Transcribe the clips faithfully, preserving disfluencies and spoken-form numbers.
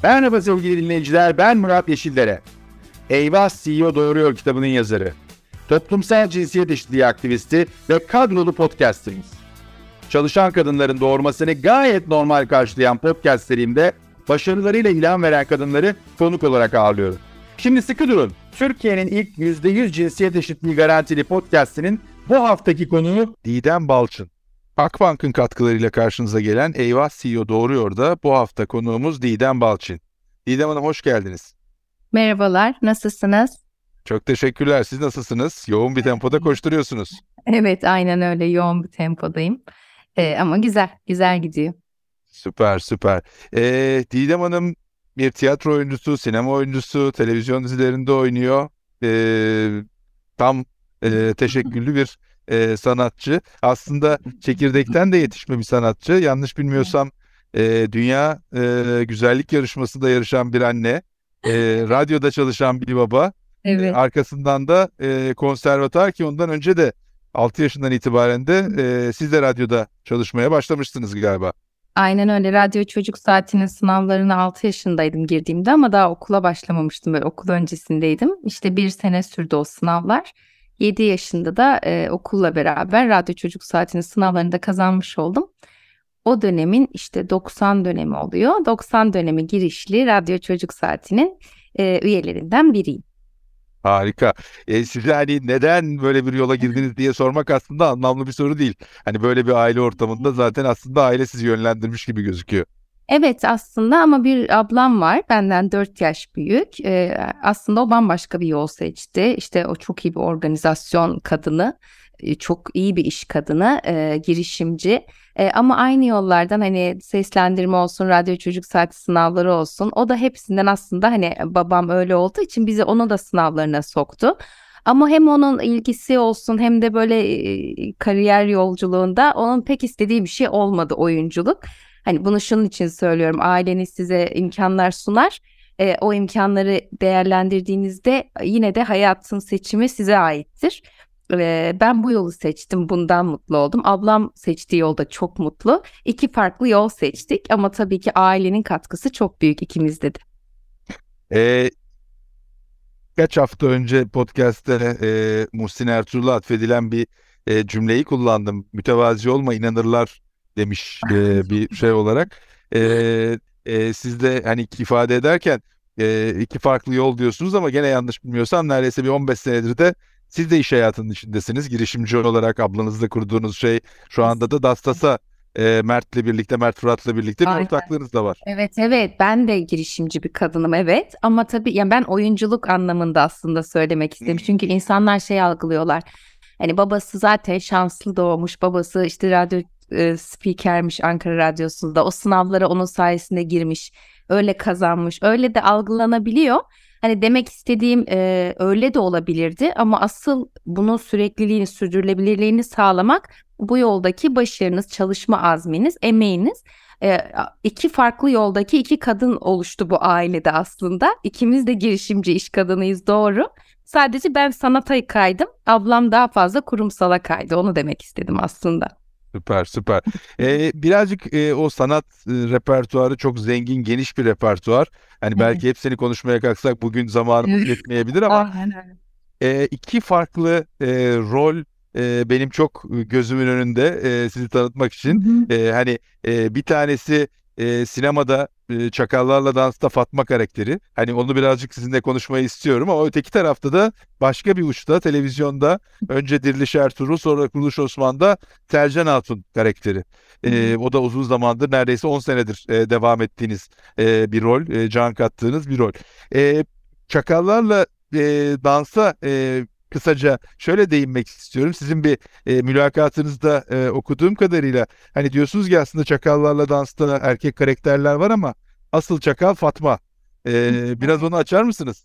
Merhaba sevgili dinleyiciler, ben Murat Yeşildere. Eyvah C E O Doğuruyor kitabının yazarı, toplumsal cinsiyet eşitliği aktivisti ve kadrolu podcasterımız. Çalışan kadınların doğurmasını gayet normal karşılayan podcast serimde başarılarıyla ilham veren kadınları konuk olarak ağırlıyorum. Şimdi sıkı durun, Türkiye'nin ilk yüzde yüz cinsiyet eşitliği garantili podcastinin bu haftaki konuğu Didem Balçın. Akbank'ın katkılarıyla karşınıza gelen Eyvah C E O Doğuruyor da bu hafta konuğumuz Didem Balçın. Didem Hanım hoş geldiniz. Merhabalar, nasılsınız? Çok teşekkürler. Siz nasılsınız? Yoğun bir tempoda koşturuyorsunuz. Evet, aynen öyle. Yoğun bir tempodayım. Ee, ama güzel, güzel gidiyor. Süper, süper. Ee, Didem Hanım bir tiyatro oyuncusu, sinema oyuncusu, televizyon dizilerinde oynuyor. Ee, tam e, teşekküllü bir e, sanatçı. Aslında çekirdekten de yetişme bir sanatçı. Yanlış bilmiyorsam e, Dünya e, Güzellik Yarışması'nda yarışan bir anne, e, radyoda çalışan bir baba. Evet. E, arkasından da e, konservatuar, ki ondan önce de altı yaşından itibaren de e, siz de radyoda çalışmaya başlamıştınız galiba. Aynen öyle. Radyo Çocuk Saati'nin sınavlarına altı yaşındaydım girdiğimde ama daha okula başlamamıştım. Böyle okul öncesindeydim. İşte bir sene sürdü o sınavlar. yedi yaşında da e, okulla beraber Radyo Çocuk Saati'nin sınavlarını da kazanmış oldum. O dönemin işte doksan dönemi oluyor. doksan dönemi girişli Radyo Çocuk Saati'nin e, üyelerinden biriyim. Harika. E, size hani neden böyle bir yola girdiniz diye sormak aslında anlamlı bir soru değil. Hani böyle bir aile ortamında zaten aslında aile sizi yönlendirmiş gibi gözüküyor. Evet aslında ama bir ablam var benden dört yaş büyük. Ee, aslında o bambaşka bir yol seçti. İşte o çok iyi bir organizasyon kadını, e, çok iyi bir iş kadını, e, girişimci. E, ama aynı yollardan hani seslendirme olsun, radyo çocuk saati sınavları olsun. O da hepsinden aslında hani babam öyle olduğu için bizi onu da sınavlarına soktu. Ama hem onun ilgisi olsun hem de böyle e, kariyer yolculuğunda onun pek istediği bir şey olmadı oyunculuk. Hani bunu şunun için söylüyorum, aileniz size imkanlar sunar, e, o imkanları değerlendirdiğinizde yine de hayatın seçimi size aittir. E, ben bu yolu seçtim, bundan mutlu oldum. Ablam seçtiği yolda çok mutlu. İki farklı yol seçtik ama tabii ki ailenin katkısı çok büyük ikimizde de. E, Kaç hafta önce podcast'te e, Muhsin Ertuğrul'a atfedilen bir e, cümleyi kullandım. Mütevazi olma, inanırlar demiş e, bir şey olarak. E, e, siz de hani ifade ederken e, iki farklı yol diyorsunuz ama gene yanlış bilmiyorsam neredeyse bir on beş senedir de siz de iş hayatının içindesiniz. Girişimci olarak ablanızla kurduğunuz şey, şu anda da Dastas'a e, Mert'le birlikte, Mert Fırat'la birlikte bir Aynen. ortaklığınız da var. Evet evet ben de girişimci bir kadınım, evet, ama tabii yani ben oyunculuk anlamında aslında söylemek istedim. Çünkü insanlar şey algılıyorlar. Hani babası zaten şanslı doğmuş, babası işte radyo e, spikermiş Ankara Radyosu'nda, o sınavlara onun sayesinde girmiş, öyle kazanmış, öyle de algılanabiliyor. Hani demek istediğim e, öyle de olabilirdi ama asıl bunun sürekliliğini, sürdürülebilirliğini sağlamak bu yoldaki başarınız, çalışma azminiz, emeğiniz. E, iki farklı yoldaki iki kadın oluştu bu ailede aslında. İkimiz de girişimci iş kadınıyız, doğru. Sadece ben sanata kaydım, ablam daha fazla kurumsala kaydı. Onu demek istedim aslında. Süper süper. Ee, birazcık e, o sanat e, repertuarı çok zengin, geniş bir repertuar. Hani belki hepsini konuşmaya kalksak bugün zamanımız yetmeyebilir ama e, iki farklı e, rol e, benim çok gözümün önünde e, sizi tanıtmak için. E, hani e, bir tanesi e, sinemada e, Çakallarla Dans'ta Fatma karakteri. Hani onu birazcık sizinle konuşmayı istiyorum ama öteki tarafta da başka bir uçta televizyonda önce Diriliş Ertuğrul, sonra Kuruluş Osman'da Selcan Hatun karakteri. E, o da uzun zamandır, neredeyse on senedir e, devam ettiğiniz e, bir rol, e, can kattığınız bir rol. E, Çakallarla e, Dans'a e, kısaca şöyle değinmek istiyorum. Sizin bir e, mülakatınızda e, okuduğum kadarıyla hani diyorsunuz ki aslında Çakallarla Dans'ta erkek karakterler var ama asıl çakal Fatma. E, biraz onu açar mısınız?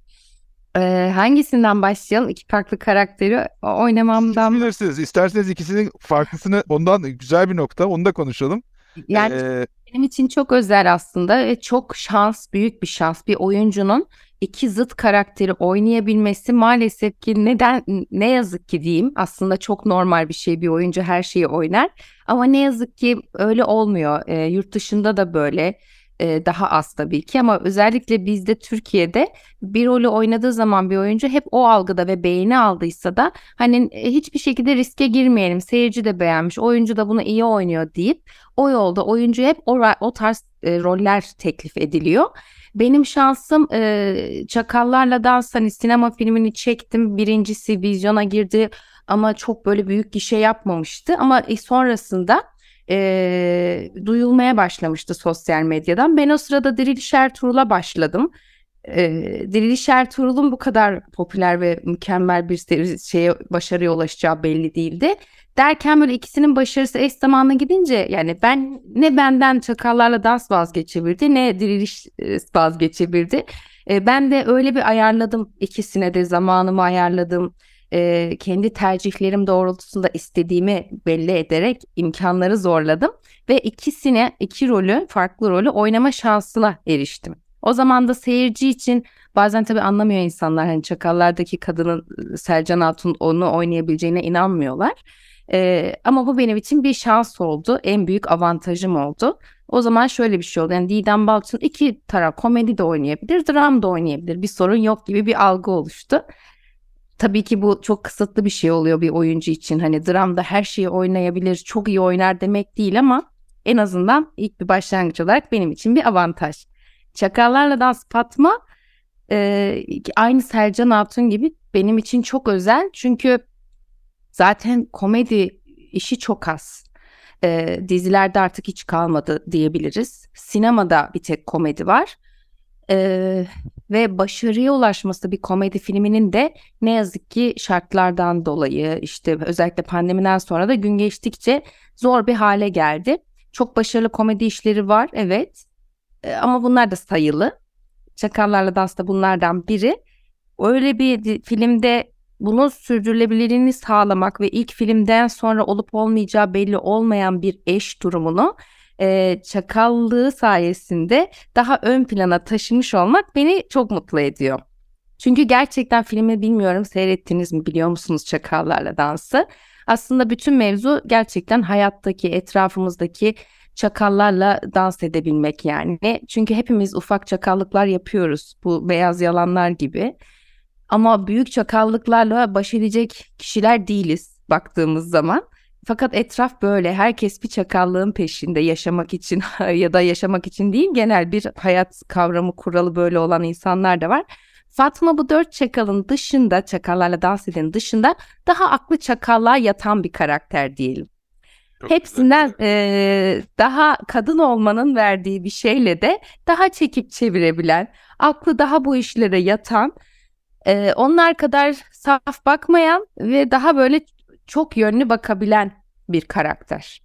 Ee, hangisinden başlayalım? İki farklı karakteri oynamamdan. Siz bilirsiniz. İsterseniz ikisinin farklısını, ondan güzel bir nokta, onu da konuşalım. Yani Ee, benim için çok özel aslında ve çok şans, büyük bir şans. Bir oyuncunun iki zıt karakteri oynayabilmesi maalesef ki, neden, ne yazık ki diyeyim, aslında çok normal bir şey, bir oyuncu her şeyi oynar ama ne yazık ki öyle olmuyor. E, yurt dışında da böyle. e, daha az tabii ki, ama özellikle bizde Türkiye'de bir rolü oynadığı zaman bir oyuncu hep o algıda ve beğeni aldıysa da hani e, hiçbir şekilde riske girmeyelim, seyirci de beğenmiş, oyuncu da bunu iyi oynuyor deyip o yolda oyuncuya hep o, o tarz e, roller teklif ediliyor. Benim şansım e, Çakallarla Dans, hani sinema filmini çektim, birincisi vizyona girdi ama çok böyle büyük gişe yapmamıştı, ama e, sonrasında e, duyulmaya başlamıştı sosyal medyadan. Ben o sırada Diriliş Ertuğrul'a başladım. E, Diriliş Ertuğrul'un bu kadar popüler ve mükemmel bir şeye, başarıya ulaşacağı belli değildi. Derken böyle ikisinin başarısı eş zamanlı gidince, yani ben ne benden Çakallarla Dans vazgeçebildi ne Diriliş vazgeçebildi. E, ben de öyle bir ayarladım, ikisine de zamanımı ayarladım. E, kendi tercihlerim doğrultusunda istediğimi belli ederek imkanları zorladım ve ikisine, iki rolü, farklı rolü oynama şansına eriştim. O zaman da seyirci için bazen tabii anlamıyor insanlar, hani Çakallardaki kadının, Selcan Hatun onu oynayabileceğine inanmıyorlar. Ee, ama bu benim için bir şans oldu, en büyük avantajım oldu. O zaman şöyle bir şey oldu, yani Didem Balçın iki taraf, komedi de oynayabilir, dram da oynayabilir, bir sorun yok gibi bir algı oluştu. Tabii ki bu çok kısıtlı bir şey oluyor bir oyuncu için, hani dramda her şeyi oynayabilir, çok iyi oynar demek değil, ama en azından ilk bir başlangıç olarak benim için bir avantaj. Çakallarla Dans Fatma e, aynı Selcan Hatun gibi benim için çok özel, çünkü zaten komedi işi çok az. E, dizilerde artık hiç kalmadı diyebiliriz. Sinemada bir tek komedi var. E, ve başarıya ulaşması bir komedi filminin de ne yazık ki şartlardan dolayı, işte özellikle pandemiden sonra da gün geçtikçe zor bir hale geldi. Çok başarılı komedi işleri var, evet. E, ama bunlar da sayılı. Çakallarla Dans da bunlardan biri. Öyle bir filmde bunun sürdürülebilirliğini sağlamak ve ilk filmden sonra olup olmayacağı belli olmayan bir eş durumunu e, çakallığı sayesinde daha ön plana taşımış olmak beni çok mutlu ediyor. Çünkü gerçekten filmi, bilmiyorum seyrettiniz mi, biliyor musunuz Çakallarla Dans'ı? Aslında bütün mevzu gerçekten hayattaki, etrafımızdaki çakallarla dans edebilmek yani. Çünkü hepimiz ufak çakallıklar yapıyoruz, bu beyaz yalanlar gibi. Ama büyük çakallıklarla baş edecek kişiler değiliz baktığımız zaman. Fakat etraf böyle, herkes bir çakallığın peşinde yaşamak için ya da yaşamak için değil, genel bir hayat kavramı, kuralı böyle olan insanlar da var. Fatma bu dört çakalın dışında, Çakallarla Dans Eden'in dışında daha aklı çakallığa yatan bir karakter diyelim. Çok Hepsinden e, daha kadın olmanın verdiği bir şeyle de daha çekip çevirebilen, aklı daha bu işlere yatan, e, onlar kadar saf bakmayan ve daha böyle çok yönlü bakabilen bir karakter.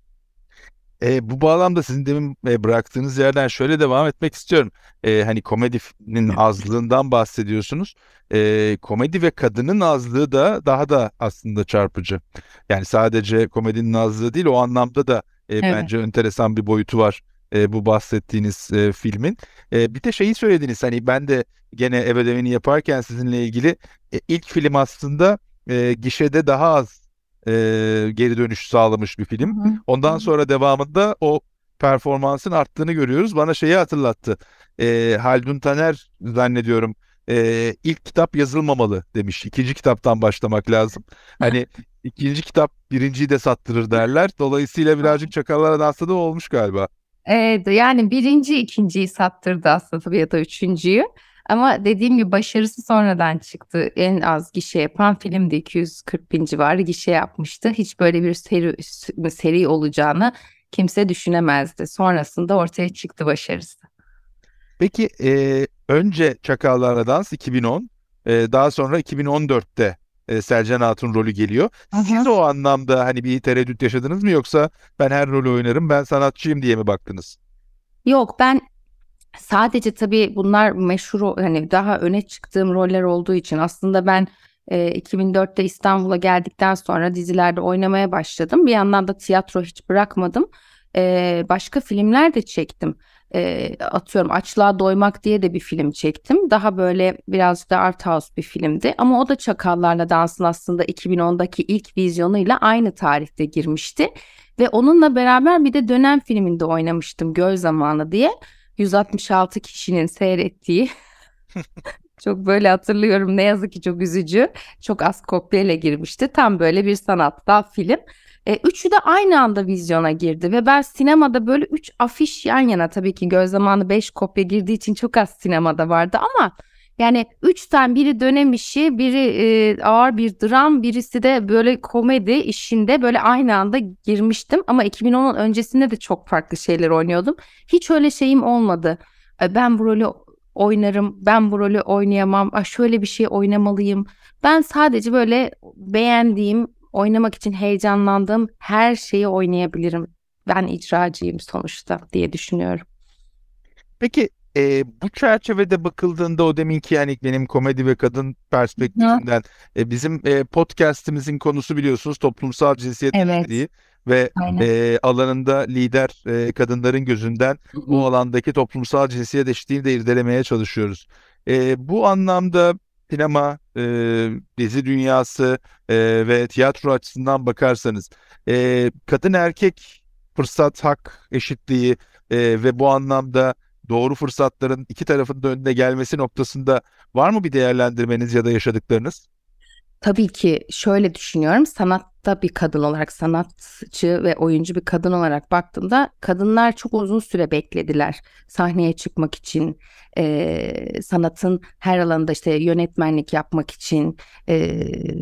E, bu bağlamda sizin demin e, bıraktığınız yerden şöyle devam etmek istiyorum. E, hani komedinin azlığından bahsediyorsunuz. E, komedi ve kadının azlığı da daha da aslında çarpıcı. Yani sadece komedinin azlığı değil, o anlamda da e, evet. bence enteresan bir boyutu var e, bu bahsettiğiniz e, filmin. E, bir de şeyi söylediniz, hani ben de gene ev ödevini yaparken sizinle ilgili e, ilk film aslında e, gişede daha az e, geri dönüş sağlamış bir film. Hı hı. Ondan sonra devamında o performansın arttığını görüyoruz. Bana şeyi hatırlattı. E, Haldun Taner zannediyorum e, ilk kitap yazılmamalı demiş. İkinci kitaptan başlamak lazım. Hani ikinci kitap birinciyi de sattırır derler. Dolayısıyla birazcık Çakallarla Dans'ta da olmuş galiba. Evet, yani birinci ikinciyi sattırdı aslında, ya da üçüncüyü. Ama dediğim gibi başarısı sonradan çıktı. En az gişe yapan filmdi. iki yüz kırk bin civarı gişe yapmıştı. Hiç böyle bir seri, seri olacağını kimse düşünemezdi. Sonrasında ortaya çıktı başarısı. Peki e, önce Çakallarla Dans iki bin on, e, daha sonra iki bin on dörtte e, Selcan Hatun rolü geliyor. Siz Aha. o anlamda hani bir tereddüt yaşadınız mı, yoksa ben her rolü oynarım, ben sanatçıyım diye mi baktınız? Yok, ben sadece tabii bunlar meşhur, hani daha öne çıktığım roller olduğu için aslında ben e, iki bin dörtte İstanbul'a geldikten sonra dizilerde oynamaya başladım. Bir yandan da tiyatro hiç bırakmadım. E, başka filmler de çektim. E, atıyorum Açlığa Doymak diye de bir film çektim. Daha böyle birazcık da art house bir filmdi. Ama o da Çakallarla Dans'ın aslında iki bin ondaki ilk vizyonuyla aynı tarihte girmişti. Ve onunla beraber bir de dönem filminde oynamıştım, Göl Zamanı diye. yüz altmış altı kişinin seyrettiği. Çok böyle hatırlıyorum, ne yazık ki çok üzücü. Çok az kopyayla girmişti. Tam böyle bir sanatsal film. E, üçü de aynı anda vizyona girdi ve ben sinemada böyle üç afiş yan yana, tabii ki göz zamanı beş kopya girdiği için çok az sinemada vardı ama yani üçten biri dönem işi, biri e, ağır bir dram, birisi de böyle komedi işinde böyle aynı anda girmiştim. Ama iki bin onun öncesinde de çok farklı şeyler oynuyordum. Hiç öyle şeyim olmadı. E, ben bu rolü oynarım, ben bu rolü oynayamam, ah, şöyle bir şey oynamalıyım. Ben sadece böyle beğendiğim, oynamak için heyecanlandığım her şeyi oynayabilirim. Ben icracıyım sonuçta diye düşünüyorum. Peki e, bu çerçevede bakıldığında o deminki, yani benim komedi ve kadın perspektifinden e, bizim e, podcast'imizin konusu biliyorsunuz toplumsal cinsiyet Evet, eşitliği ve aynen. e, alanında lider e, kadınların gözünden bu alandaki toplumsal cinsiyet eşitliğini de irdelemeye çalışıyoruz. E, bu anlamda sinema, e, dizi dünyası e, ve tiyatro açısından bakarsanız e, kadın erkek fırsat hak eşitliği e, ve bu anlamda doğru fırsatların iki tarafın da önüne gelmesi noktasında var mı bir değerlendirmeniz ya da yaşadıklarınız? Tabii ki şöyle düşünüyorum. Sanatta bir kadın olarak, sanatçı ve oyuncu bir kadın olarak baktığımda kadınlar çok uzun süre beklediler sahneye çıkmak için, e, sanatın her alanında işte yönetmenlik yapmak için, e,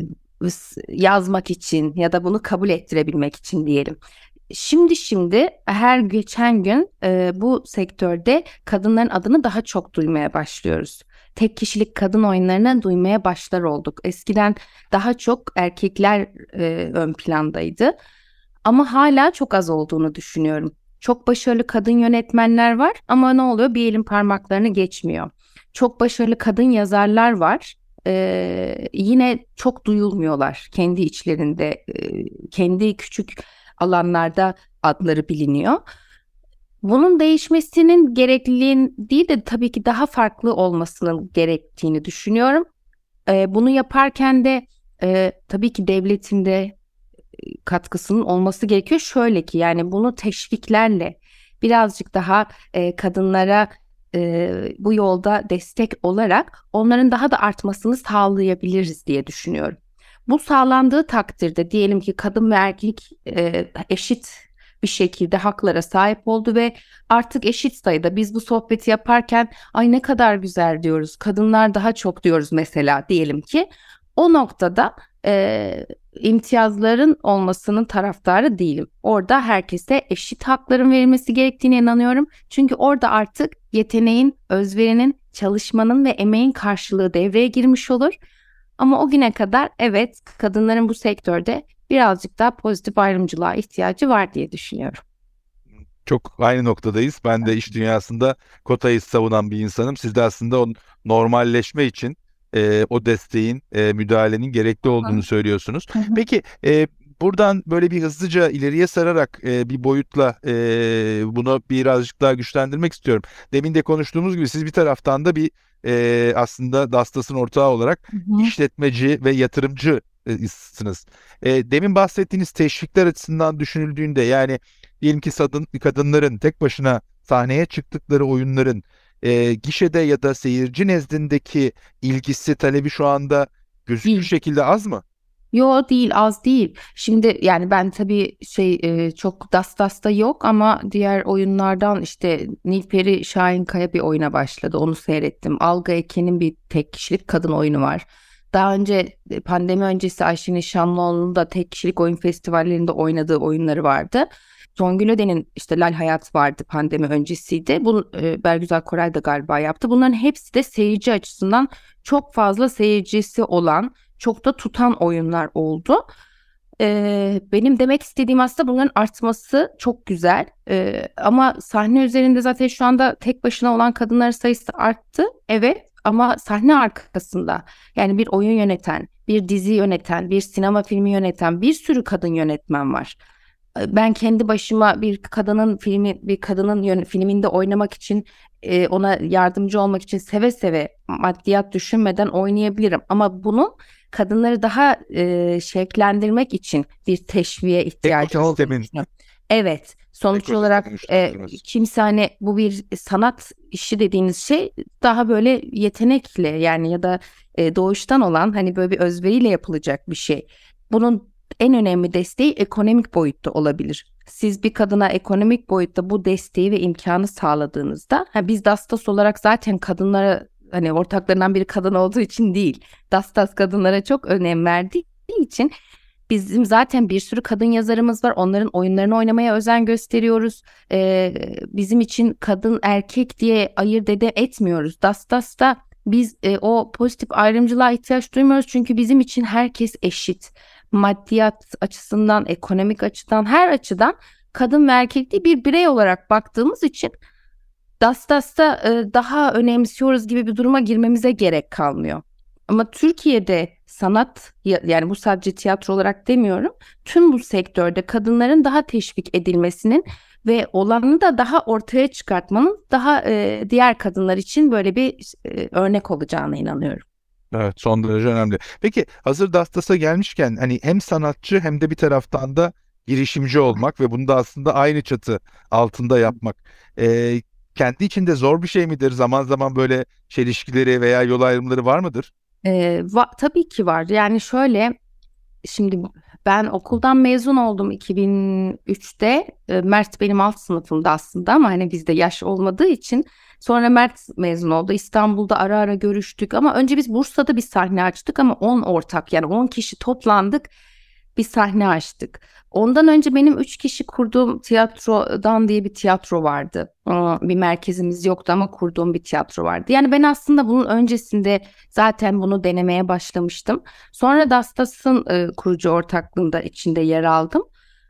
yazmak için ya da bunu kabul ettirebilmek için diyelim. Şimdi şimdi her geçen gün e, bu sektörde kadınların adını daha çok duymaya başlıyoruz. Tek kişilik kadın oyunlarını duymaya başlar olduk. Eskiden daha çok erkekler e, ön plandaydı. Ama hala çok az olduğunu düşünüyorum. Çok başarılı kadın yönetmenler var ama ne oluyor? Bir elin parmaklarını geçmiyor. Çok başarılı kadın yazarlar var. Ee, yine çok duyulmuyorlar kendi içlerinde, e, kendi küçük alanlarda adları biliniyor. Bunun değişmesinin gerekliliğin değil de tabii ki daha farklı olmasının gerektiğini düşünüyorum. Ee, bunu yaparken de e, tabii ki devletin de katkısının olması gerekiyor. Şöyle ki, yani bunu teşviklerle birazcık daha e, kadınlara e, bu yolda destek olarak onların daha da artmasını sağlayabiliriz diye düşünüyorum. Bu sağlandığı takdirde diyelim ki kadın ve erkek e, eşit bir şekilde haklara sahip oldu ve artık eşit sayıda biz bu sohbeti yaparken ay ne kadar güzel diyoruz, kadınlar daha çok diyoruz mesela, diyelim ki o noktada e, imtiyazların olmasının taraftarı değilim. Orada herkese eşit hakların verilmesi gerektiğine inanıyorum. Çünkü orada artık yeteneğin, özverinin, çalışmanın ve emeğin karşılığı devreye girmiş olur. Ama o güne kadar evet, kadınların bu sektörde birazcık daha pozitif ayrımcılığa ihtiyacı var diye düşünüyorum. Çok aynı noktadayız. Ben de iş dünyasında kotayı savunan bir insanım. Siz de aslında o normalleşme için e, o desteğin, e, müdahalenin gerekli olduğunu söylüyorsunuz. Hı hı. Peki e, buradan böyle bir hızlıca ileriye sararak e, bir boyutla e, bunu birazcık daha güçlendirmek istiyorum. Demin de konuştuğumuz gibi siz bir taraftan da bir e, aslında Dastas'ın ortağı olarak Hı hı. işletmeci ve yatırımcısınız. E, demin bahsettiğiniz teşvikler açısından düşünüldüğünde, yani diyelim ki kadın, kadınların tek başına sahneye çıktıkları oyunların e, gişede ya da seyirci nezdindeki ilgisi, talebi şu anda gözükür Değil. şekilde az mı? Yo, değil, az değil. Şimdi yani ben tabii şey e, çok Dastas'ta yok ama diğer oyunlardan işte Nilperi Şahinkaya bir oyuna başladı. Onu seyrettim. Alga Eken'in bir tek kişilik kadın oyunu var. Daha önce e, pandemi öncesi Ayşe Nişanlıoğlu'nun da tek kişilik oyun festivallerinde oynadığı oyunları vardı. Songül Öden'in işte Lal Hayat vardı, pandemi öncesiydi. Bunu e, Bergüzar Korel de galiba yaptı. Bunların hepsi de seyirci açısından çok fazla seyircisi olan, çok da tutan oyunlar oldu. Ee, benim demek istediğim aslında bunların artması çok güzel. Ee, ama sahne üzerinde zaten şu anda tek başına olan kadınların sayısı arttı. Evet, ama sahne arkasında yani bir oyun yöneten, bir dizi yöneten, bir sinema filmi yöneten bir sürü kadın yönetmen var. Ben kendi başıma bir kadının filmi, bir kadının yön, filminde oynamak için, e, ona yardımcı olmak için seve seve maddiyat düşünmeden oynayabilirim. Ama bunun kadınları daha e, şevklendirmek için bir teşviğe ihtiyacı olduğunu Ekosistemin düşünüyorum. Evet, sonuç Ekosistemi olarak e, güçlendirmesi. kimse hani bu bir sanat işi dediğiniz şey daha böyle yetenekle yani ya da e, doğuştan olan hani böyle bir özveriyle yapılacak bir şey. Bunun en önemli desteği ekonomik boyutta olabilir. Siz bir kadına ekonomik boyutta bu desteği ve imkanı sağladığınızda, ha biz Dastas olarak zaten kadınlara hani ortaklarından biri kadın olduğu için değil, Dastas kadınlara çok önem verdiği için bizim zaten bir sürü kadın yazarımız var. Onların oyunlarını oynamaya özen gösteriyoruz. Ee, bizim için kadın erkek diye ayırt ede etmiyoruz. Dastas'ta biz e, o pozitif ayrımcılığa ihtiyaç duymuyoruz. Çünkü bizim için herkes eşit. Maddiyat açısından, ekonomik açıdan, her açıdan kadın ve erkek değil bir birey olarak baktığımız için Dastas'ta e, daha önemsiyoruz gibi bir duruma girmemize gerek kalmıyor. Ama Türkiye'de sanat yani bu sadece tiyatro olarak demiyorum. Tüm bu sektörde kadınların daha teşvik edilmesinin ve olanını da daha ortaya çıkartmanın daha e, diğer kadınlar için böyle bir e, örnek olacağına inanıyorum. Evet, son derece önemli. Peki hazır Dastas'a gelmişken hani hem sanatçı hem de bir taraftan da girişimci olmak ve bunu da aslında aynı çatı altında yapmak. Ee, kendi içinde zor bir şey midir? Zaman zaman böyle çelişkileri veya yol ayrımları var mıdır? E, va- tabii ki var. Yani şöyle şimdi ben okuldan mezun oldum iki bin üçte. E, Mert benim alt sınıfımda aslında ama hani bizde yaş olmadığı için sonra Mert mezun oldu. İstanbul'da ara ara görüştük ama önce biz Bursa'da bir sahne açtık ama on ortak yani on kişi toplandık. Bir sahne açtık. Ondan önce benim üç kişi kurduğum tiyatrodan diye bir tiyatro vardı. Bir merkezimiz yoktu ama kurduğum bir tiyatro vardı. Yani ben aslında bunun öncesinde zaten bunu denemeye başlamıştım. Sonra Dastas'ın e, kurucu ortaklığında içinde yer aldım.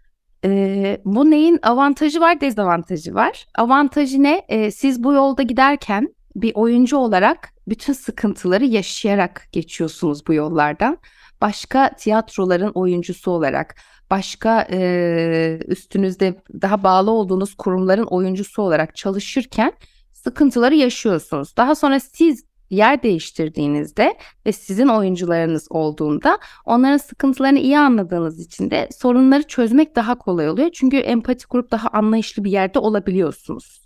E, bu neyin avantajı var, dezavantajı var. Avantajı ne? E, siz bu yolda giderken bir oyuncu olarak bütün sıkıntıları yaşayarak geçiyorsunuz bu yollardan. Başka tiyatroların oyuncusu olarak, başka e, üstünüzde daha bağlı olduğunuz kurumların oyuncusu olarak çalışırken sıkıntıları yaşıyorsunuz. Daha sonra siz yer değiştirdiğinizde ve sizin oyuncularınız olduğunda onların sıkıntılarını iyi anladığınız için de sorunları çözmek daha kolay oluyor. Çünkü empati kurup daha anlayışlı bir yerde olabiliyorsunuz.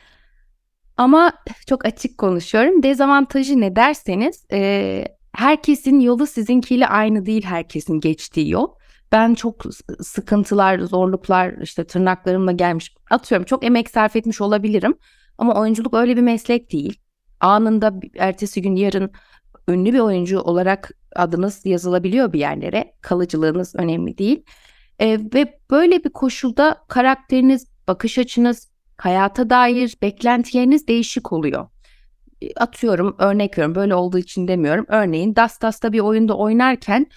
Ama çok açık konuşuyorum. Dezavantajı ne derseniz e, herkesin yolu sizinkiyle aynı değil, herkesin geçtiği yol. Ben çok sıkıntılar, zorluklar işte tırnaklarımla gelmiş. Atıyorum çok emek sarf etmiş olabilirim. Ama oyunculuk öyle bir meslek değil. Anında ertesi gün yarın ünlü bir oyuncu olarak adınız yazılabiliyor bir yerlere. Kalıcılığınız önemli değil. E, ve böyle bir koşulda karakteriniz, bakış açınız, hayata dair beklentileriniz değişik oluyor. Atıyorum, örnek veriyorum, böyle olduğu için demiyorum. Örneğin Dastas'ta bir oyunda oynarken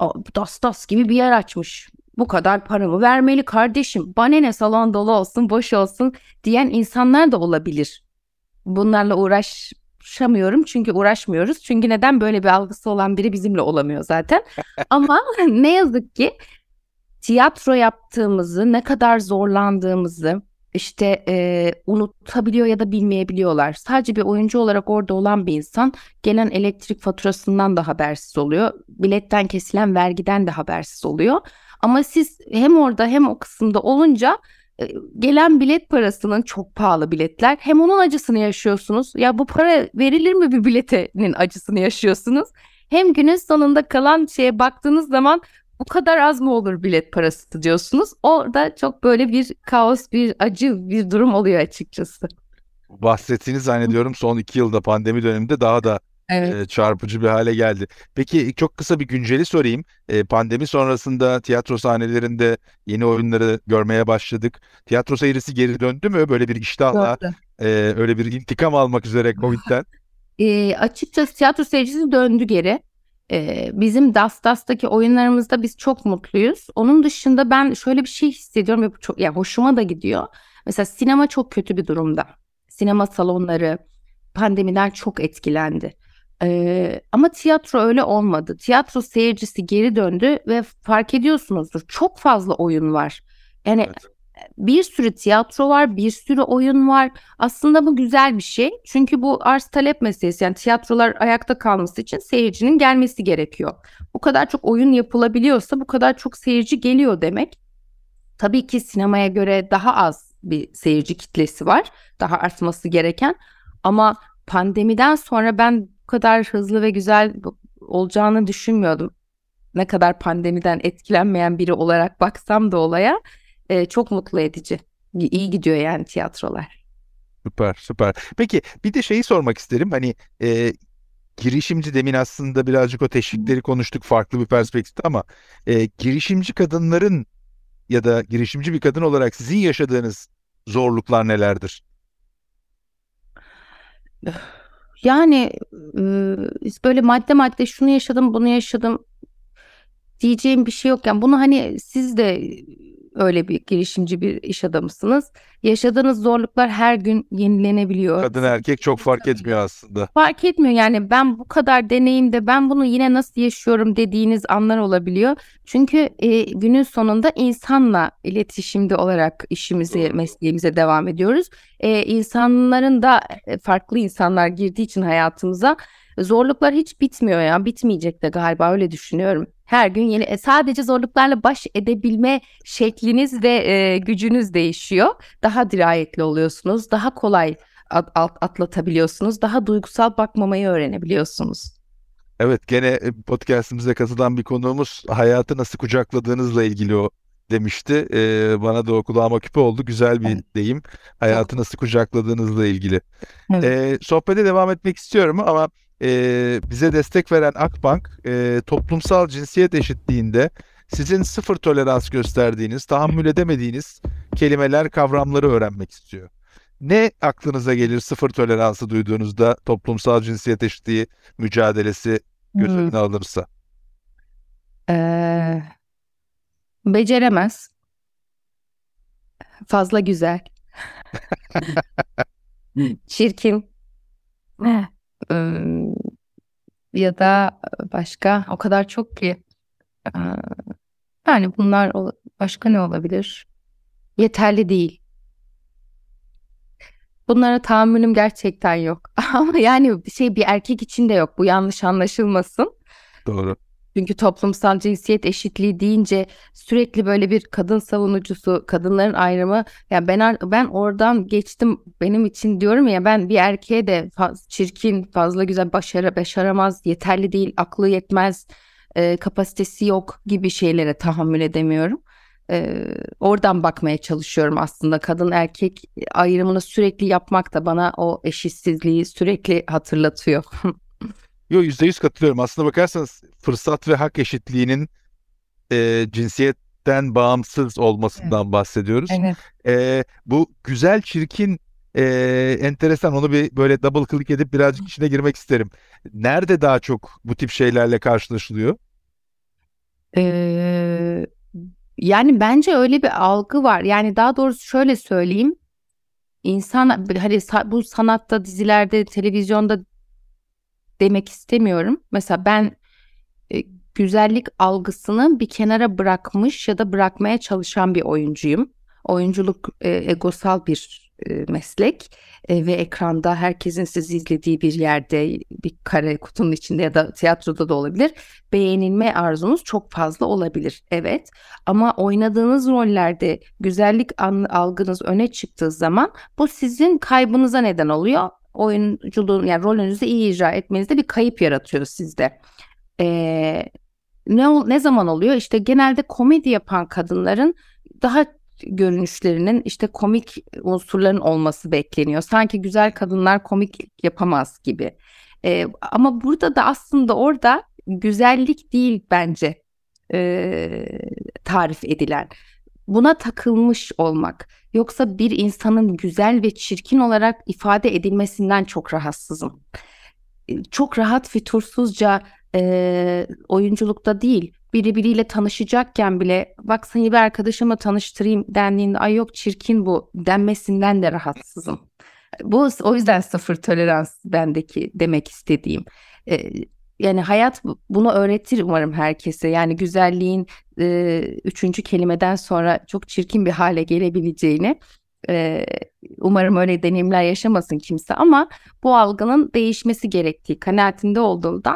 Dastas gibi bir yer açmış. Bu kadar paramı vermeli kardeşim. Bana ne, salon dolu olsun, boş olsun diyen insanlar da olabilir. Bunlarla uğraşamıyorum çünkü uğraşmıyoruz. Çünkü neden, böyle bir algısı olan biri bizimle olamıyor zaten. Ama ne yazık ki tiyatro yaptığımızı, ne kadar zorlandığımızı işte e, unutabiliyor ya da bilmeyebiliyorlar. Sadece bir oyuncu olarak orada olan bir insan gelen elektrik faturasından da habersiz oluyor. Biletten kesilen vergiden de habersiz oluyor. Ama siz hem orada hem o kısımda olunca e, gelen bilet parasının, çok pahalı biletler, hem onun acısını yaşıyorsunuz. Ya bu para verilir mi bir biletinin acısını yaşıyorsunuz. Hem günün sonunda kalan şeye baktığınız zaman bu kadar az mı olur bilet parası diyorsunuz. Orada çok böyle bir kaos, bir acı bir durum oluyor açıkçası. Bahsettiğiniz zannediyorum son iki yılda pandemi döneminde daha da Evet. e, çarpıcı bir hale geldi. Peki çok kısa bir günceli sorayım. E, pandemi sonrasında tiyatro sahnelerinde yeni oyunları görmeye başladık. Tiyatro seyircisi geri döndü mü? Böyle bir iştahla, e, öyle bir intikam almak üzere Covid'den. E, açıkçası tiyatro seyircisi döndü geri. E, bizim Dastas'taki oyunlarımızda biz çok mutluyuz. Onun dışında ben şöyle bir şey hissediyorum ve çok, ya hoşuma da gidiyor. Mesela sinema çok kötü bir durumda. Sinema salonları pandemiden çok etkilendi. Ee, ama tiyatro öyle olmadı. Tiyatro seyircisi geri döndü ve fark ediyorsunuzdur, çok fazla oyun var. Yani evet, bir sürü tiyatro var, bir sürü oyun var. Aslında bu güzel bir şey. Çünkü bu arz talep meselesi. Yani tiyatrolar ayakta kalması için seyircinin gelmesi gerekiyor. Bu kadar çok oyun yapılabiliyorsa bu kadar çok seyirci geliyor demek. Tabii ki sinemaya göre daha az bir seyirci kitlesi var. Daha artması gereken. Ama pandemiden sonra ben bu kadar hızlı ve güzel olacağını düşünmüyordum. Ne kadar pandemiden etkilenmeyen biri olarak baksam da olaya e, çok mutlu edici. İyi gidiyor yani tiyatrolar. Süper, süper. Peki bir de şeyi sormak isterim. Hani e, girişimci, demin aslında birazcık o teşvikleri konuştuk, farklı bir perspektif, ama e, girişimci kadınların ya da girişimci bir kadın olarak sizin yaşadığınız zorluklar nelerdir? Yani e, böyle madde madde şunu yaşadım, bunu yaşadım diyeceğim bir şey yok. Yani bunu hani siz de öyle bir girişimci bir iş adamısınız. Yaşadığınız zorluklar her gün yenilenebiliyor. Kadın erkek çok fark etmiyor aslında. Fark etmiyor yani, ben bu kadar deneyimde ben bunu yine nasıl yaşıyorum dediğiniz anlar olabiliyor. Çünkü e, günün sonunda insanla iletişimde olarak işimize, mesleğimize devam ediyoruz. E, insanların da e, farklı insanlar girdiği için hayatımıza zorluklar hiç bitmiyor ya. Bitmeyecek de galiba, öyle düşünüyorum. Her gün yeni, e, sadece zorluklarla baş edebilme şekliniz ve e, gücünüz değişiyor. Daha dirayetli oluyorsunuz. Daha kolay at- at- atlatabiliyorsunuz. Daha duygusal bakmamayı öğrenebiliyorsunuz. Evet, gene podcast'imize katılan bir konuğumuz hayatı nasıl kucakladığınızla ilgili o demişti. Ee, bana da o kulağıma küpe oldu. Güzel bir Evet. deyim. Hayatı nasıl kucakladığınızla ilgili. Evet. Ee, sohbete devam etmek istiyorum ama e, bize destek veren Akbank e, toplumsal cinsiyet eşitliğinde sizin sıfır tolerans gösterdiğiniz, tahammül edemediğiniz kelimeler, kavramları öğrenmek istiyor. Ne aklınıza gelir sıfır toleransı duyduğunuzda, toplumsal cinsiyet eşitliği mücadelesi göz Hmm. önüne alırsa? Ee, beceremez. Fazla güzel. Çirkin. Ee, ya da başka o kadar çok ki. Ee, yani bunlar ol- başka ne olabilir? Yeterli değil. Bunlara tahammülüm gerçekten yok. Ama yani şey, bir erkek için de yok. Bu yanlış anlaşılmasın. Doğru. Çünkü toplumsal cinsiyet eşitliği deyince sürekli böyle bir kadın savunucusu, kadınların ayrımı. Ya ben ar- ben oradan geçtim, benim için diyorum ya, ben bir erkeğe de faz, çirkin, fazla güzel, başarı başaramaz, yeterli değil, aklı yetmez, e, kapasitesi yok gibi şeylere tahammül edemiyorum. E, oradan bakmaya çalışıyorum aslında. Kadın erkek ayrımını sürekli yapmak da bana o eşitsizliği sürekli hatırlatıyor. Yo, yüzde yüz katılıyorum. Aslına bakarsanız fırsat ve hak eşitliğinin e, cinsiyetten bağımsız olmasından bahsediyoruz. Evet. E, bu güzel çirkin e, enteresan, onu bir böyle double click edip birazcık içine girmek isterim. Nerede daha çok bu tip şeylerle karşılaşılıyor? Ee, yani bence öyle bir algı var. Yani daha doğrusu şöyle söyleyeyim. İnsan hani sa- bu sanatta, dizilerde, televizyonda demek istemiyorum. Mesela ben e, güzellik algısını bir kenara bırakmış ya da bırakmaya çalışan bir oyuncuyum. Oyunculuk e, egosal bir e, meslek E, ve ekranda herkesin sizi izlediği bir yerde, bir kare kutunun içinde ya da tiyatroda da olabilir. Beğenilme arzunuz çok fazla olabilir. Evet, ama oynadığınız rollerde güzellik an- algınız öne çıktığı zaman bu sizin kaybınıza neden oluyor. Oyunculuğun, yani rolünüzü iyi icra etmenizde bir kayıp yaratıyor sizde. Ee, ne ol- ne zaman oluyor? İşte genelde komedi yapan kadınların daha görünüşlerinin işte komik unsurların olması bekleniyor. Sanki güzel kadınlar komik yapamaz gibi. Ee, ama burada da aslında orada güzellik değil bence ee, tarif edilen. Buna takılmış olmak. Yoksa bir insanın güzel ve çirkin olarak ifade edilmesinden çok rahatsızım. E, Çok rahat, fütursuzca e, oyunculukta değil. Biri biriyle tanışacakken bile bak seni bir arkadaşımla tanıştırayım dendiğinde ay yok çirkin bu denmesinden de rahatsızım. Bu o yüzden sıfır tolerans bendeki demek istediğim. E, yani hayat bu- bunu öğretir umarım herkese. Yani güzelliğin e, üçüncü kelimeden sonra çok çirkin bir hale gelebileceğini. e, umarım öyle deneyimler yaşamasın kimse, ama bu algının değişmesi gerektiği kanaatinde olduğumdan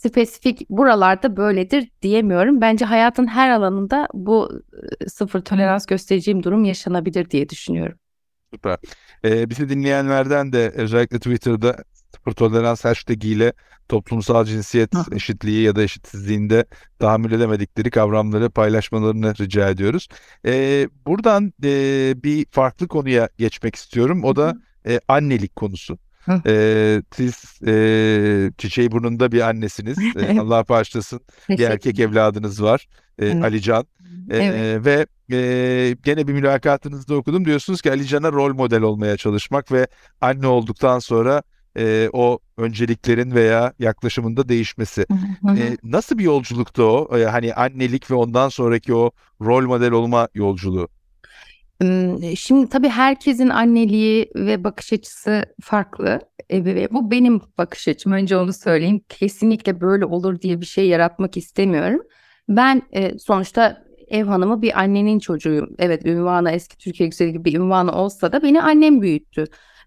spesifik buralarda böyledir diyemiyorum. Bence hayatın her alanında bu e, sıfır tolerans göstereceğim durum yaşanabilir diye düşünüyorum. Süper. Ee, bizi dinleyenlerden de özellikle Twitter'da sıfır tolerans hashtag ile toplumsal cinsiyet Hı. eşitliği ya da eşitsizliğinde tahammül edemedikleri kavramları paylaşmalarını rica ediyoruz. Ee, buradan e, bir farklı konuya geçmek istiyorum. O da e, annelik konusu. Hı. Ee, siz e, çiçeği burnunda bir annesiniz. Ee, Allah bağışlasın. Bir Teşekkür erkek ederim. evladınız var. Ee, Evet. Alican. Ee, Evet. ve e, gene bir mülakatınızda okudum. Diyorsunuz ki Alican'a rol model olmaya çalışmak ve anne olduktan sonra e, o önceliklerin veya yaklaşımında değişmesi. Hı hı. E, nasıl bir yolculuktu o? E, hani annelik ve ondan sonraki o rol model olma yolculuğu. Hmm, Şimdi tabii herkesin anneliği ve bakış açısı farklı. E, ve bu benim bakış açım. Önce onu söyleyeyim. Kesinlikle böyle olur diye bir şey yaratmak istemiyorum. Ben e, sonuçta ev hanımı bir annenin çocuğuyum. Evet, ünvanı eski Türkiye güzeli gibi bir ünvanı olsa da beni annem büyüttü.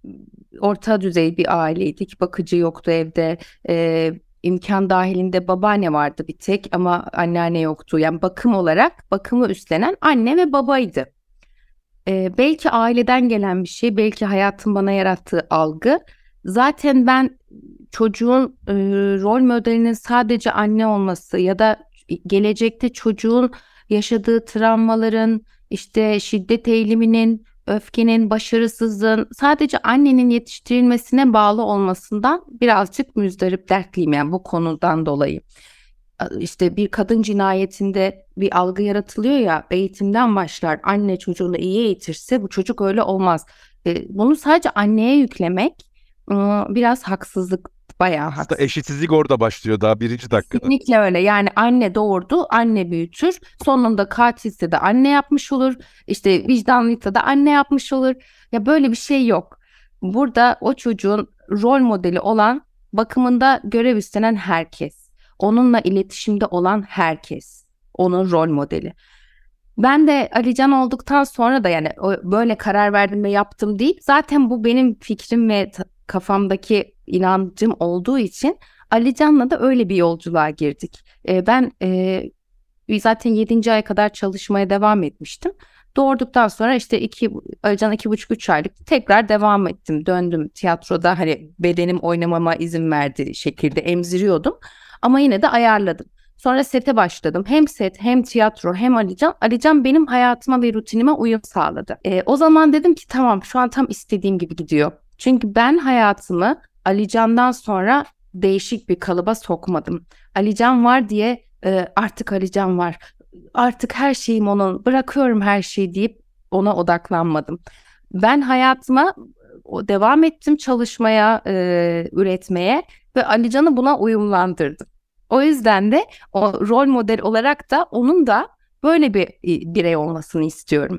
Orta düzey bir aileydik. Bakıcı yoktu evde. E, imkan dahilinde babaanne vardı bir tek ama anneanne yoktu. Yani bakım olarak bakımı üstlenen anne ve babaydı. Ee, belki aileden gelen bir şey, belki hayatın bana yarattığı algı. Zaten ben çocuğun e, rol modelinin sadece anne olması ya da gelecekte çocuğun yaşadığı travmaların, işte şiddet eğiliminin, öfkenin, başarısızlığın sadece annenin yetiştirilmesine bağlı olmasından birazcık müzdarip, dertliyim yani bu konudan dolayı. İşte bir kadın cinayetinde bir algı yaratılıyor ya, eğitimden başlar, anne çocuğunu iyi eğitirse bu çocuk öyle olmaz. E, bunu sadece anneye yüklemek e, biraz haksızlık, bayağı Aslında haksız. eşitsizlik orada başlıyor daha birinci dakikada. Kesinlikle öyle. Yani anne doğurdu, anne büyütür. Sonunda katilse de anne yapmış olur. İşte vicdanlıysa da anne yapmış olur. Ya böyle bir şey yok. Burada o çocuğun rol modeli olan, bakımında görev üstlenen herkes. Onunla iletişimde olan herkes. Onun rol modeli. Ben de Alican olduktan sonra da yani o- böyle karar verdim ve yaptım değil. Zaten bu benim fikrim ve ta- kafamdaki inancım olduğu için Alican'la da öyle bir yolculuğa girdik. Ee, ben e, zaten yedinci ay kadar çalışmaya devam etmiştim. Doğurduktan sonra işte iki, Alican iki buçuk üç aylık tekrar devam ettim. Döndüm tiyatroda, hani bedenim oynamama izin verdiği şekilde emziriyordum. Ama yine de ayarladım. Sonra sete başladım. Hem set hem tiyatro hem Alican. Alican benim hayatıma ve rutinime uyum sağladı. Ee, o zaman dedim ki tamam, şu an tam istediğim gibi gidiyor. Çünkü ben hayatımı Alican'dan sonra değişik bir kalıba sokmadım. Alican var diye e, artık Alican var, artık her şeyim onun, bırakıyorum her şeyi deyip ona odaklanmadım. Ben hayatıma o, devam ettim çalışmaya, e, üretmeye ve Alican'ı buna uyumlandırdım. O yüzden de o rol model olarak da onun da böyle bir e, birey olmasını istiyorum.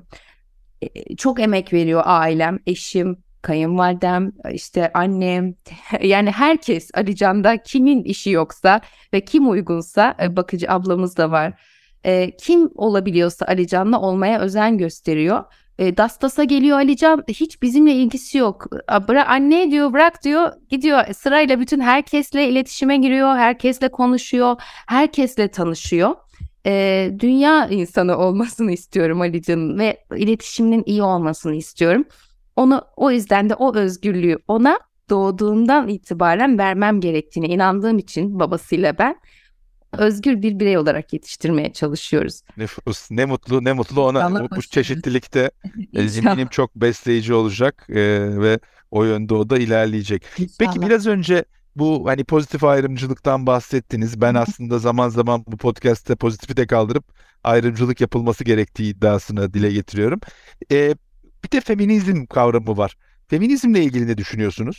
E, çok emek veriyor ailem, eşim, kayınvalidem, işte annem, yani herkes Alican'da, kimin işi yoksa ve kim uygunsa, e, bakıcı ablamız da var. E, kim olabiliyorsa Alican'la olmaya özen gösteriyor. E, Dastas'a geliyor Alican, hiç bizimle ilgisi yok. A, Bırak anne diyor, bırak diyor, gidiyor sırayla bütün herkesle iletişime giriyor, herkesle konuşuyor, herkesle tanışıyor. E, dünya insanı olmasını istiyorum Alican'ın ve iletişiminin iyi olmasını istiyorum. Onu, o yüzden de o özgürlüğü ona doğduğundan itibaren vermem gerektiğine inandığım için babasıyla ben özgür bir birey olarak yetiştirmeye çalışıyoruz. Nefus, ne mutlu ne mutlu ona. İnşallah Bu, bu başarırız. çeşitlilikte e, İnşallah. eminim çok besleyici olacak e, ve o yönde o da ilerleyecek. Peki İnşallah. biraz önce bu hani pozitif ayrımcılıktan bahsettiniz. Ben aslında zaman zaman bu podcast'te pozitifi de kaldırıp ayrımcılık yapılması gerektiği iddiasını dile getiriyorum. E, bir de feminizm kavramı var. Feminizmle ilgili ne düşünüyorsunuz?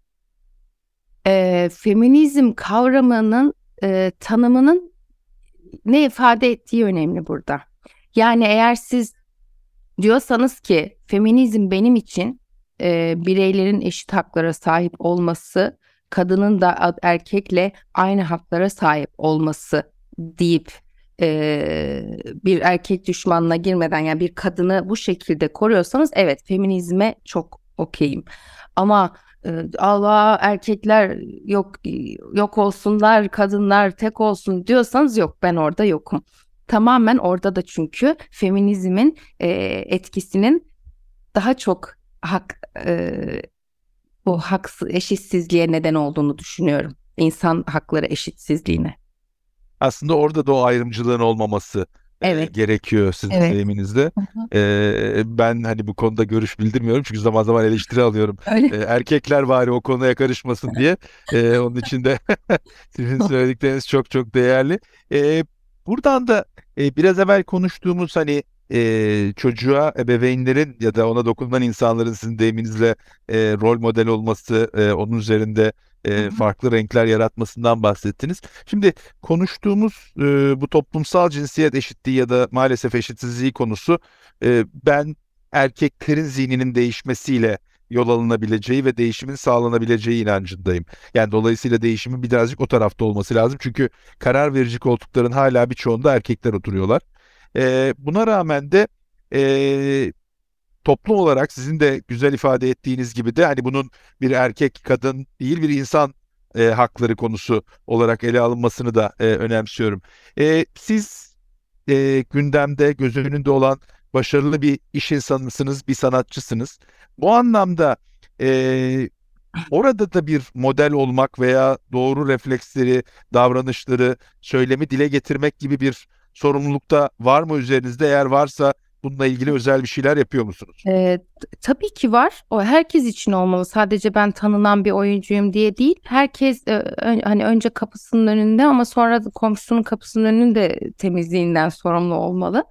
E, feminizm kavramının e, tanımının ne ifade ettiği önemli burada. Yani eğer siz diyorsanız ki feminizm benim için e, bireylerin eşit haklara sahip olması, kadının da erkekle aynı haklara sahip olması deyip e, bir erkek düşmanına girmeden, yani bir kadını bu şekilde koruyorsanız, evet, feminizme çok okeyim. Ama e, Allah erkekler yok yok olsunlar, kadınlar tek olsun diyorsanız yok, ben orada yokum. Tamamen orada da çünkü feminizmin e, etkisinin daha çok hak e, bu hak eşitsizliğe neden olduğunu düşünüyorum. İnsan hakları eşitsizliğine. Aslında orada da o ayrımcılığın olmaması e, Evet. gerekiyor sizin Evet. deyiminizde. Hı hı. E, ben hani bu konuda görüş bildirmiyorum çünkü zaman zaman eleştiri alıyorum. Öyle. E, erkekler bari o konuya karışmasın diye. E, onun için de sizin söyledikleriniz çok çok değerli. E, buradan da e, biraz evvel konuştuğumuz hani e, çocuğa ebeveynlerin ya da ona dokunan insanların sizin deyiminizle e, rol model olması, e, onun üzerinde Hı e, hı. farklı renkler yaratmasından bahsettiniz. Şimdi konuştuğumuz e, bu toplumsal cinsiyet eşitliği ya da maalesef eşitsizliği konusu e, ben erkeklerin zihninin değişmesiyle yol alınabileceği ve değişimin sağlanabileceği inancındayım. Yani dolayısıyla değişimin birazcık o tarafta olması lazım. Çünkü karar verici koltukların hala birçoğunda erkekler oturuyorlar. E, buna rağmen de e, toplum olarak sizin de güzel ifade ettiğiniz gibi de hani bunun bir erkek kadın değil bir insan e, hakları konusu olarak ele alınmasını da e, önemsiyorum. E, siz e, gündemde göz önünde olan başarılı bir iş insanısınız, bir sanatçısınız. Bu anlamda e, orada da bir model olmak veya doğru refleksleri, davranışları, söylemi dile getirmek gibi bir sorumlulukta var mı üzerinizde? Eğer varsa bununla ilgili özel bir şeyler yapıyor musunuz? Ee, t- tabii ki var. O herkes için olmalı. Sadece ben tanınan bir oyuncuyum diye değil. Herkes e, ön- hani önce kapısının önünde ama sonra da komşusunun kapısının önünde temizliğinden sorumlu olmalı.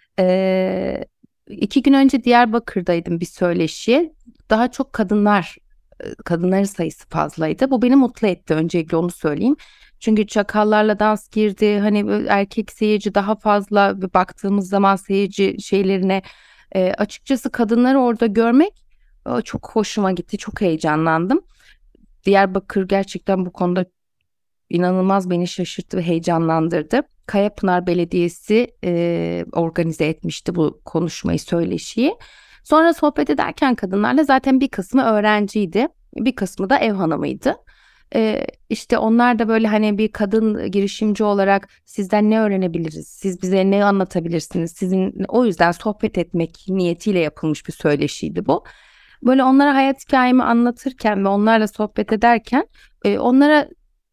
Ee, iki gün önce Diyarbakır'daydım bir söyleşiye. Daha çok kadınlar, e, kadınların sayısı fazlaydı. Bu beni mutlu etti. Öncelikle onu söyleyeyim. Çünkü çakallarla dans girdi. Hani böyle erkek seyirci daha fazla, ve baktığımız zaman seyirci şeylerine e, açıkçası kadınları orada görmek e, çok hoşuma gitti. Çok heyecanlandım. Diyarbakır gerçekten bu konuda inanılmaz beni şaşırttı ve heyecanlandırdı. Kayapınar Belediyesi e, organize etmişti bu konuşmayı, söyleşiyi. Sonra sohbet ederken kadınlarla, zaten bir kısmı öğrenciydi, bir kısmı da ev hanımıydı. E, işte onlar da böyle hani bir kadın girişimci olarak sizden ne öğrenebiliriz, siz bize ne anlatabilirsiniz, sizin, o yüzden sohbet etmek niyetiyle yapılmış bir söyleşiydi bu. Böyle onlara hayat hikayemi anlatırken ve onlarla sohbet ederken e, onlara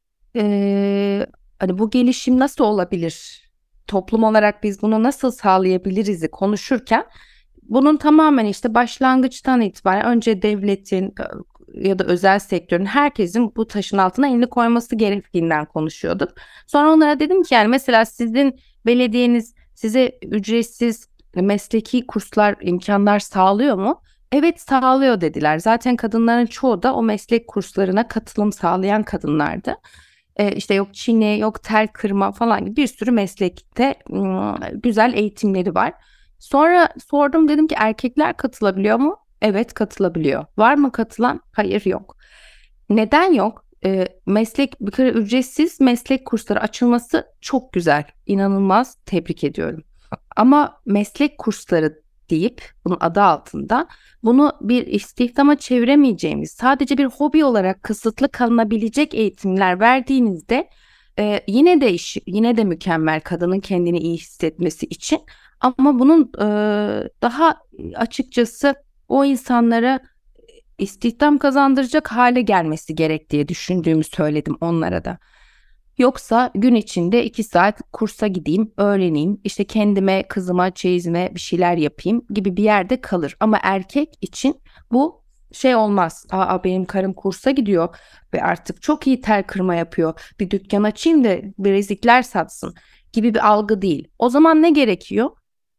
ee, hani bu gelişim nasıl olabilir? Toplum olarak biz bunu nasıl sağlayabiliriz'i konuşurken bunun tamamen işte başlangıçtan itibaren önce devletin e, ya da özel sektörün, herkesin bu taşın altına elini koyması gerektiğinden konuşuyorduk. Sonra onlara dedim ki yani mesela sizin belediyeniz size ücretsiz mesleki kurslar, imkanlar sağlıyor mu? Evet, sağlıyor dediler. Zaten kadınların çoğu da o meslek kurslarına katılım sağlayan kadınlardı. Ee, işte yok çini, yok tel kırma falan gibi bir sürü meslekte ım, güzel eğitimleri var. Sonra sordum, dedim ki erkekler katılabiliyor mu? Evet, katılabiliyor. Var mı katılan? Hayır, yok. Neden yok? Ee, meslek bir kere ücretsiz meslek kursları açılması çok güzel. İnanılmaz, tebrik ediyorum. Ama meslek kursları deyip bunun adı altında bunu bir istihdama çeviremeyeceğimiz, sadece bir hobi olarak kısıtlı kalınabilecek eğitimler verdiğinizde e, yine de iş, yine de mükemmel, kadının kendini iyi hissetmesi için, ama bunun e, daha açıkçası o insanlara istihdam kazandıracak hale gelmesi gerek diye düşündüğümü söyledim onlara da. Yoksa gün içinde iki saat kursa gideyim, öğreneyim, işte kendime, kızıma, çeyizime bir şeyler yapayım gibi bir yerde kalır. Ama erkek için bu şey olmaz. Aa, benim karım kursa gidiyor ve artık çok iyi tel kırma yapıyor. Bir dükkan açayım da bilezikler satsın gibi bir algı değil. O zaman ne gerekiyor?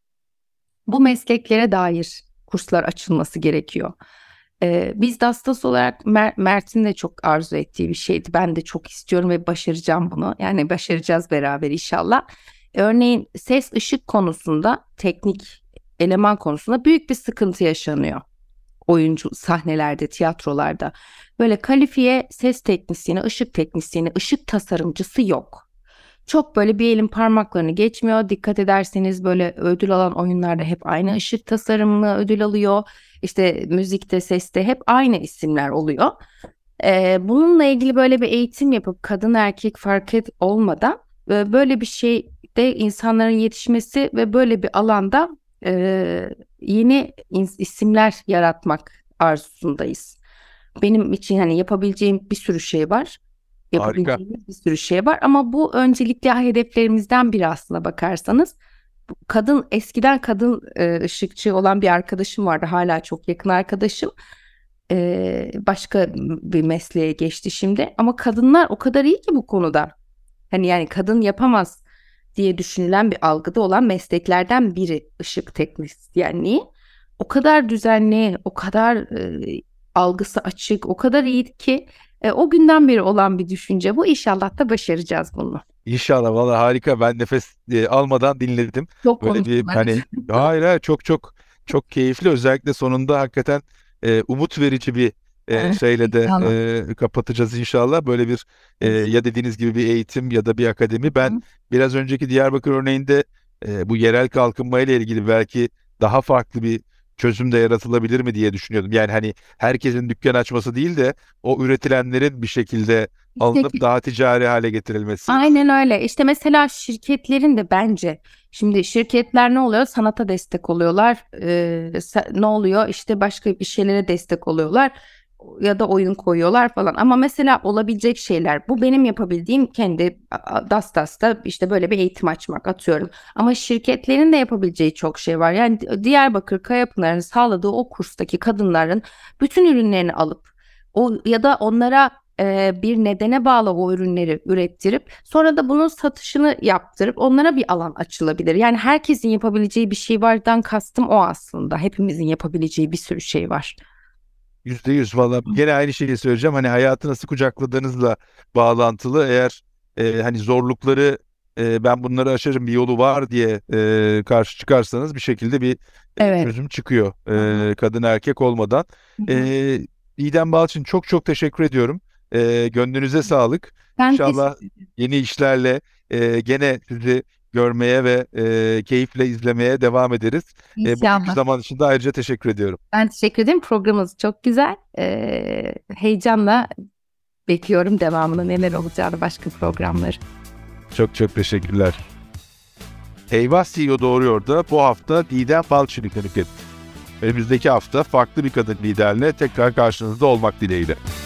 Bu mesleklere dair kurslar açılması gerekiyor. Ee, biz de hastası olarak Mer- Mert'in de çok arzu ettiği bir şeydi. Ben de çok istiyorum ve başaracağım bunu. Yani başaracağız beraber inşallah. Örneğin ses ışık konusunda, teknik eleman konusunda büyük bir sıkıntı yaşanıyor. Oyuncu sahnelerde, tiyatrolarda. Böyle kalifiye ses teknisyeni, ışık teknisyeni, ışık tasarımcısı yok. Çok böyle bir elin parmaklarını geçmiyor. Dikkat ederseniz böyle ödül alan oyunlarda hep aynı ışık tasarımlı ödül alıyor. İşte müzikte, seste hep aynı isimler oluyor. Ee, bununla ilgili böyle bir eğitim yapıp kadın erkek fark et olmadan e, böyle bir şeyde insanların yetişmesi ve böyle bir alanda e, yeni isimler yaratmak arzusundayız. Benim için hani yapabileceğim bir sürü şey var. Yapabileceğimiz bir sürü şey var ama bu öncelikli hedeflerimizden biri aslına bakarsanız. Kadın eskiden kadın e, ışıkçı olan bir arkadaşım vardı, hala çok yakın arkadaşım. E, başka bir mesleğe geçti şimdi ama kadınlar o kadar iyi ki bu konuda. Hani yani kadın yapamaz diye düşünülen bir algıda olan mesleklerden biri ışık teknisyenliği. O kadar düzenli, o kadar e, algısı açık, o kadar iyi ki e, o günden beri olan bir düşünce bu. İnşallah da başaracağız bunu. İnşallah, vallahi harika. Ben nefes e, almadan dinledim. Çok Böyle bir konuştum. hani hayır hayır çok çok çok keyifli. Özellikle sonunda hakikaten e, umut verici bir e, şeyle de e, kapatacağız inşallah. Böyle bir e, ya dediğiniz gibi bir eğitim ya da bir akademi. Ben Hı. biraz önceki Diyarbakır örneğinde e, bu yerel kalkınma ile ilgili belki daha farklı bir çözüm de yaratılabilir mi diye düşünüyordum. Yani hani herkesin dükkan açması değil de o üretilenlerin bir şekilde alınıp daha ticari hale getirilmesi. Aynen öyle. İşte mesela şirketlerin de bence şimdi şirketler ne oluyor? Sanata destek oluyorlar. Ee, ne oluyor? İşte başka bir şeylere destek oluyorlar ya da oyun koyuyorlar falan. Ama mesela olabilecek şeyler, bu benim yapabildiğim kendi Dastas'ta işte böyle bir eğitim açmak, atıyorum. Ama şirketlerin de yapabileceği çok şey var. Yani Diyarbakır Kayapınar'ın sağladığı o kurstaki kadınların bütün ürünlerini alıp o ya da onlara bir nedene bağlı o ürünleri ürettirip sonra da bunun satışını yaptırıp onlara bir alan açılabilir. Yani herkesin yapabileceği bir şey vardan kastım o aslında. Hepimizin yapabileceği bir sürü şey var. Yüzde yüz valla gene aynı şeyi söyleyeceğim. Hani hayatı nasıl kucakladığınızla bağlantılı. Eğer e, hani zorlukları e, ben bunları aşarım bir yolu var diye e, karşı çıkarsanız bir şekilde bir evet. çözüm çıkıyor. E, kadın erkek olmadan. E, İdem Balçın çok çok teşekkür ediyorum. E, gönlünüze sağlık. Ben İnşallah yeni işlerle e, gene sizi görmeye ve e, keyifle izlemeye devam ederiz. E, bu zaman için de ayrıca teşekkür ediyorum. Ben teşekkür ederim. Programımız çok güzel. E, heyecanla bekliyorum devamını, neler olacağını, başka programları. Çok çok teşekkürler. Eyvah C E O Doğruyor da bu hafta Didem Balçın'ı konuk etti. Önümüzdeki hafta farklı bir kadın liderle tekrar karşınızda olmak dileğiyle.